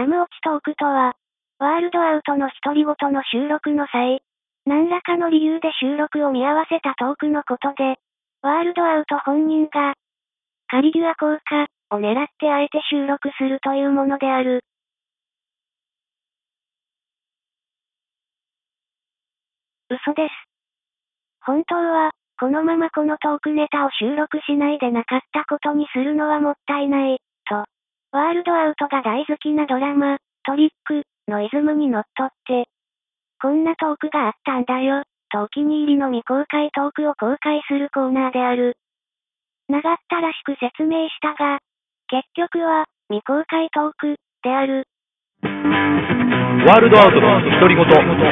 ム落ちトークとは、ワールドアウトの独り言の収録の際、何らかの理由で収録を見合わせたトークのことで、ワールドアウト本人が、カリギュア効果を狙ってあえて収録するというものである。嘘です。本当は、このままこのトークネタを収録しないでなかったことにするのはもったいない、と。ワールドアウトが大好きなドラマ、トリック、のイズムにのっとって、こんなトークがあったんだよ、とお気に入りの未公開トークを公開するコーナーである。長ったらしく説明したが、結局は、未公開トーク、である。 ワールドアウトの独り言。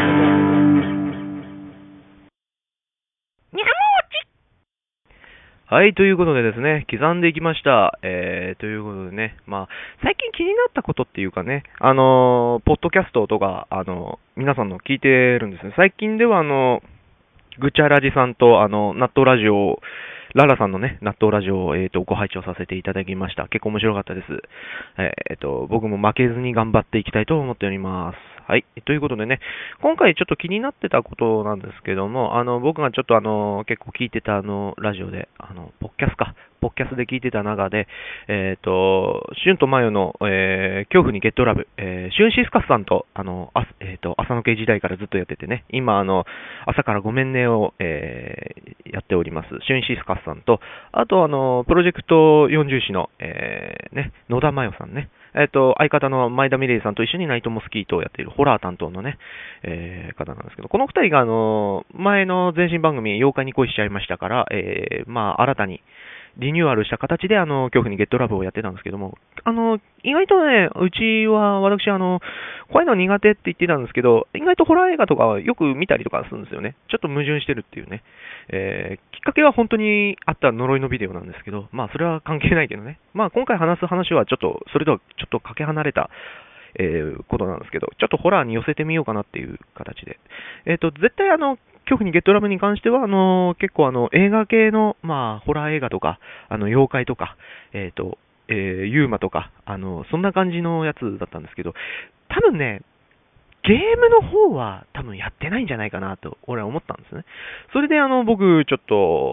はい、ということでですね、刻んでいきました。ということでね、最近気になったことっていうかね、ポッドキャストとか、皆さんの聞いてるんですね。最近では、ぐちゃらじさんと、納豆ラジオ、ララさんのね、納豆ラジオを、ご拝聴させていただきました。結構面白かったです。僕も負けずに頑張っていきたいと思っております。はい。ということでね、今回ちょっと気になってたことなんですけども、僕がちょっと結構聞いてたラジオで、ポッキャスで聞いてた中で、シュンとマヨの、恐怖にゲットラブ、シュンシスカスさんと、朝の系時代からずっとやっててね、今、朝からごめんねを、やっております、シュンシスカスさんと、あと、プロジェクト40誌の、野田真代さんね、相方の前田美玲さんと一緒にナイトモスキートをやっているホラー担当のね、方なんですけど、この二人が前の前身番組、妖怪に恋しちゃいましたから、新たにリニューアルした形で、恐怖にゲットラブをやってたんですけども、意外とね、うちは、私、怖いの苦手って言ってたんですけど、意外とホラー映画とかはよく見たりとかするんですよね。ちょっと矛盾してるっていうね。きっかけは本当にあった呪いのビデオなんですけど、それは関係ないけどね。今回話す話はちょっと、それとはちょっとかけ離れた、ことなんですけど、ちょっとホラーに寄せてみようかなっていう形で。絶対恐怖にゲットラブに関しては、結構映画系の、ホラー映画とか、妖怪とか、ユーマとか、そんな感じのやつだったんですけど、多分ね、ゲームの方は多分やってないんじゃないかなと、俺は思ったんですね。それで僕、ちょっ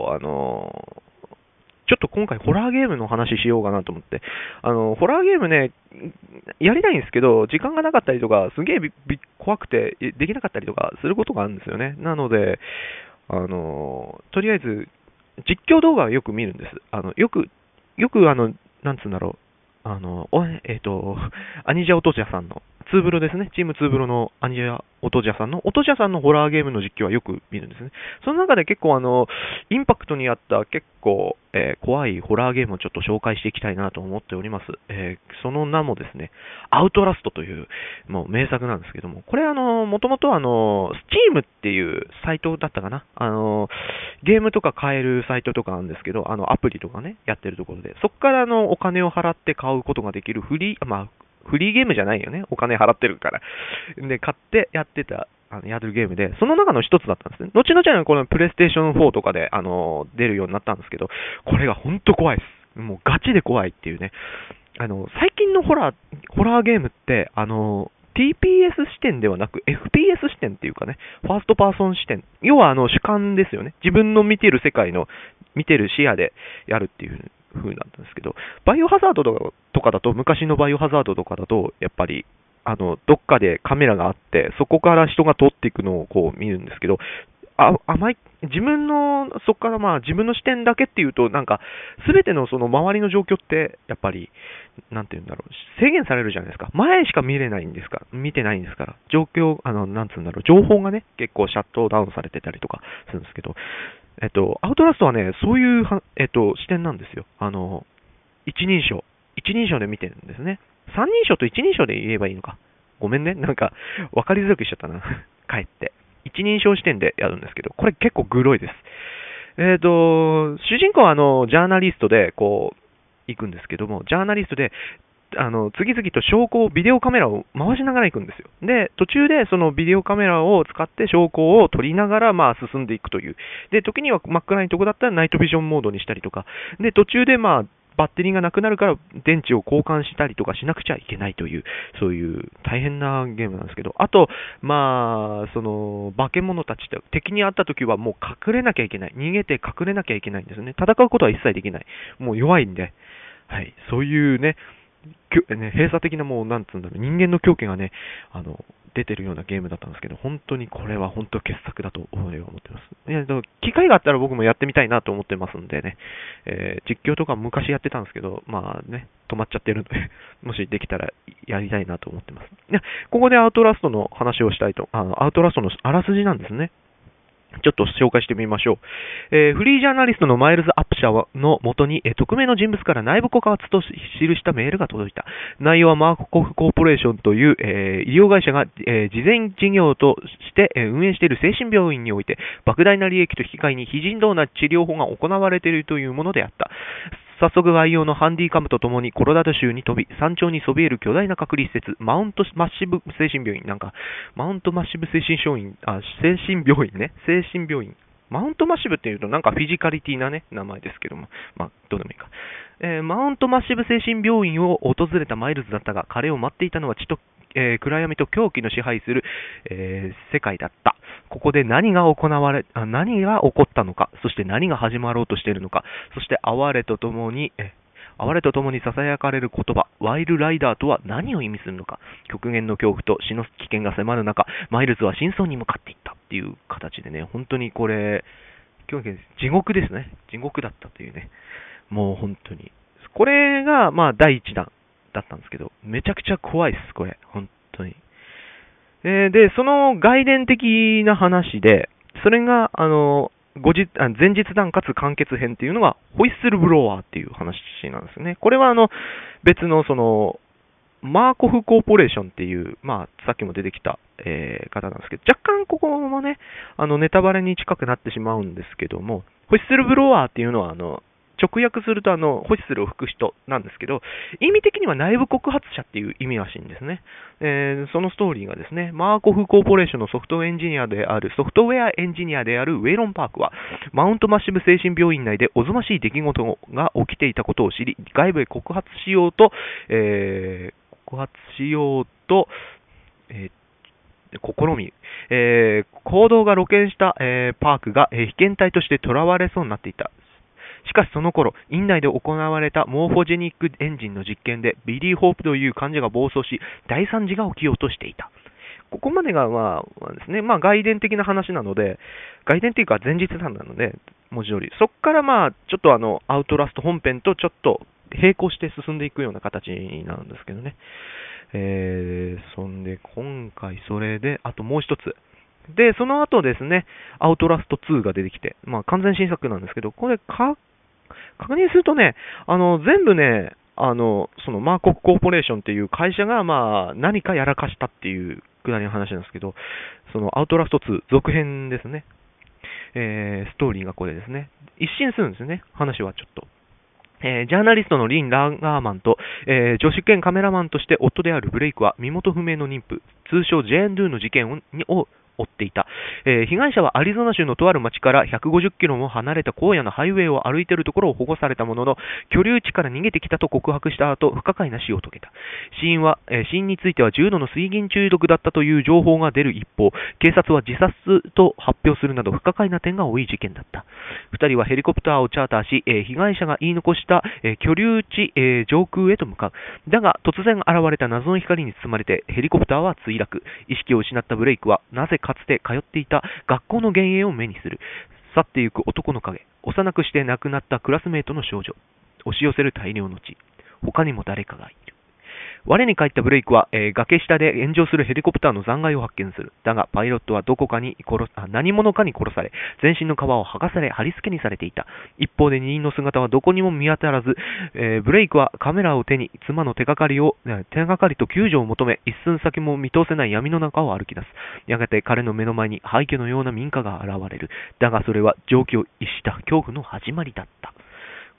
と今回ホラーゲームの話しようかなと思って、ホラーゲームね、やりたいんですけど、時間がなかったりとか、すげえ怖くてできなかったりとかすることがあるんですよね。なので、とりあえず、実況動画をよく見るんです。よくなんつうんだろう、アニジャオトジャさんの、ツーブロですね。チームツーブロのアニジャオトジャさんのホラーゲームの実況はよく見るんですね。その中で結構インパクトにあった結構、怖いホラーゲームをちょっと紹介していきたいなと思っております。その名もですね、アウトラストという、もう名作なんですけども、これもともとSteam っていうサイトだったかな。ゲームとか買えるサイトとかなんですけど、アプリとかね、やってるところで、そこからお金を払って買うことができるフリーゲームじゃないよね。お金払ってるから。で、買ってやってた、やるゲームで、その中の一つだったんですね。後々このプレイステーション4とかで、出るようになったんですけど、これが本当怖いです。もうガチで怖いっていうね。最近のホラーゲームって、TPS 視点ではなく FPS 視点っていうかね、ファーストパーソン視点。要は主観ですよね。自分の見てる世界の、見てる視野でやるっていう風なんですけど、バイオハザードとかだと、昔のバイオハザードとかだと、やっぱり、どっかでカメラがあって、そこから人が通っていくのをこう見るんですけど、自分の、そこから自分の視点だけっていうと、なんか、すべてのその周りの状況って、やっぱり、なんていうんだろう、制限されるじゃないですか。前しか見てないんですから、状況、なんつうんだろう、情報がね、結構シャットダウンされてたりとかするんですけど、アウトラストはね、そういう視点なんですよ。一人称で見てるんですね。三人称と一人称で言えばいいのか。ごめんね、なんか、わかりづらくしちゃったな。帰って。一人称視点でやるんですけど、これ結構グロいです。主人公はジャーナリストで、こう、行くんですけども、ジャーナリストで、次々と証拠を、ビデオカメラを回しながら行くんですよ。で、途中でそのビデオカメラを使って証拠を撮りながら、進んでいくという。で、時には真っ暗いとこだったらナイトビジョンモードにしたりとか。で、途中でバッテリーがなくなるから電池を交換したりとかしなくちゃいけないという、そういう大変なゲームなんですけど、あと、その、化け物たちって敵に会った時はもう隠れなきゃいけない。逃げて隠れなきゃいけないんですね。戦うことは一切できない。もう弱いんで、はい、そういうね、閉鎖的なもう、なんつうんだろう、人間の狂気がね、出てるようなゲームだったんですけど、本当にこれは本当傑作だと思ってます。機会があったら僕もやってみたいなと思ってますんでね、実況とか昔やってたんですけど、まあね、止まっちゃってるので、もしできたらやりたいなと思ってます。で、ここでアウトラストの話をしたいと、アウトラストのあらすじなんですね。ちょっと紹介してみましょう。フリージャーナリストのマイルズ・アップシャーの元に、匿名の人物から内部告発と記したメールが届いた。内容はマーコフコーポレーションという、医療会社が、事前事業として、運営している精神病院において、莫大な利益と引き換えに非人道な治療法が行われているというものであった。早速愛用のハンディカムとともにコロラド州に飛び、山頂にそびえる巨大な隔離施設、マウントマッシブ精神病院、マウントマッシブ精神病院、精神病院ね、精神病院。マウントマッシブっていうとなんかフィジカリティなね、名前ですけども、まあ、どうでもいいか。マウントマッシブ精神病院を訪れたマイルズだったが、彼を待っていたのは血と、暗闇と狂気の支配する、世界だった。ここで何が起こったのか、そして何が始まろうとしているのか、そして哀れとともに囁かれる言葉、ワイルライダーとは何を意味するのか、極限の恐怖と死の危険が迫る中、マイルズは真相に向かっていったっていう形でね、本当にこれ、地獄ですね。地獄だったというね。もう本当に。これが、まあ、第1弾だったんですけど、めちゃくちゃ怖いです、これ。本当に。で、その外伝的な話で、それが、前日談かつ完結編っていうのが、ホイッスルブロワーっていう話なんですね。これは別のマーコフコーポレーションっていう、まあ、さっきも出てきた、方なんですけど、若干ここもね、ネタバレに近くなってしまうんですけども、ホイッスルブロワーっていうのは、直訳するとホイッスルを吹く人なんですけど、意味的には内部告発者っていう意味らしいんですね。そのストーリーがですね、マーコフコーポレーションのソフトウェアエンジニアであるウェイロン・パークは、マウントマッシブ精神病院内でおぞましい出来事が起きていたことを知り、外部へ告発しようと、試み、行動が露見した、パークが、被験体として囚われそうになっていた。しかしその頃、院内で行われたモーフォジェニックエンジンの実験で、ビリー・ホープという患者が暴走し、大惨事が起きようとしていた。ここまでが、まあですね、まあ外伝的な話なので、外伝っていうか前日談なので、文字通り。そこからまあ、ちょっとアウトラスト本編とちょっと並行して進んでいくような形になるんですけどね。そんで、今回それで、あともう一つ。で、その後ですね、アウトラスト2が出てきて、まあ完全新作なんですけど、これ確認するとね、全部ね、そのマーコフコーポレーションっていう会社が、まあ、何かやらかしたっていうくだりの話なんですけど、そのアウトラスト2続編ですね。ストーリーがこれですね。一新するんですよね、話はちょっと。ジャーナリストのリン・ラガーマンと、女子兼カメラマンとして夫であるブレイクは身元不明の妊婦、通称ジェーン・ドゥの事件を追っていた。被害者はアリゾナ州のとある町から150キロも離れた荒野のハイウェイを歩いているところを保護されたものの、居留地から逃げてきたと告白した後、不可解な死を遂げた。死因については重度の水銀中毒だったという情報が出る一方、警察は自殺と発表するなど不可解な点が多い事件だった。二人はヘリコプターをチャーターし、被害者が言い残した、居留地、上空へと向かう。だが、突然現れた謎の光に包まれて、ヘリコプターは墜落。意識を失ったブレイクは、なぜかつて通っていた学校の幻影を目にする。去ってゆく男の影。幼くして亡くなったクラスメートの少女。押し寄せる大量の血。他にも誰かがいる。我に返ったブレイクは、崖下で炎上するヘリコプターの残骸を発見する。だが、パイロットは何者かに殺され、全身の皮を剥がされ、貼り付けにされていた。一方で、二人の姿はどこにも見当たらず、ブレイクはカメラを手に、妻の手がかりと救助を求め、一寸先も見通せない闇の中を歩き出す。やがて彼の目の前に廃墟のような民家が現れる。だが、それは常軌を逸した恐怖の始まりだった。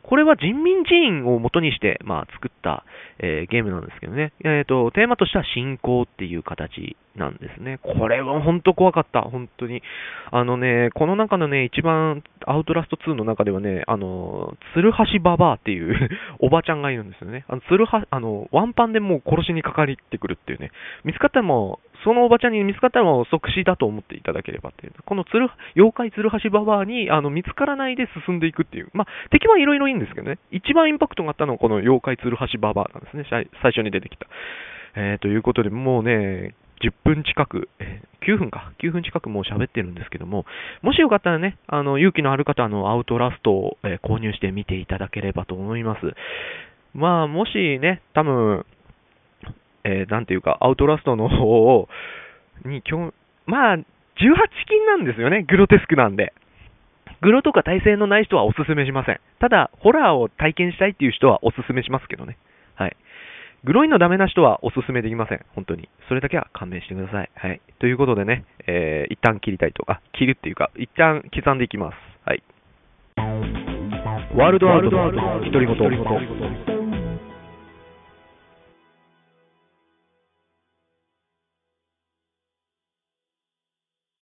これは人民寺院を元にして、作った、ゲームなんですけどね。テーマとしては信仰っていう形なんですね。これは本当怖かった。本当に。この中のね、一番、アウトラスト2の中ではね、ツルハシババアっていうおばちゃんがいるんですよね。ワンパンでもう殺しにかかってくるっていうね。見つかったらもう、そのおばちゃんに見つかったらもう即死だと思っていただければっていう。この妖怪ツルハシババアに見つからないで進んでいくっていう。敵はいろいろいいんですけどね。一番インパクトがあったのはこの妖怪ツルハシババアなんですね。最初に出てきた。ということで、もうね、10分近く、9分近くもう喋ってるんですけども、もしよかったらね、勇気のある方はアウトラストを、購入してみていただければと思います。もしね、多分、なんていうか、アウトラストの方に18禁なんですよね、グロテスクなんで。グロとか耐性のない人はおすすめしません。ただ、ホラーを体験したいっていう人はおすすめしますけどね。はい。グロいのダメな人はおすすめできません。本当に。それだけは勘弁してください。はい。ということでね、一旦切るっていうか、一旦刻んでいきます。はい。ワールドアウトの独り言。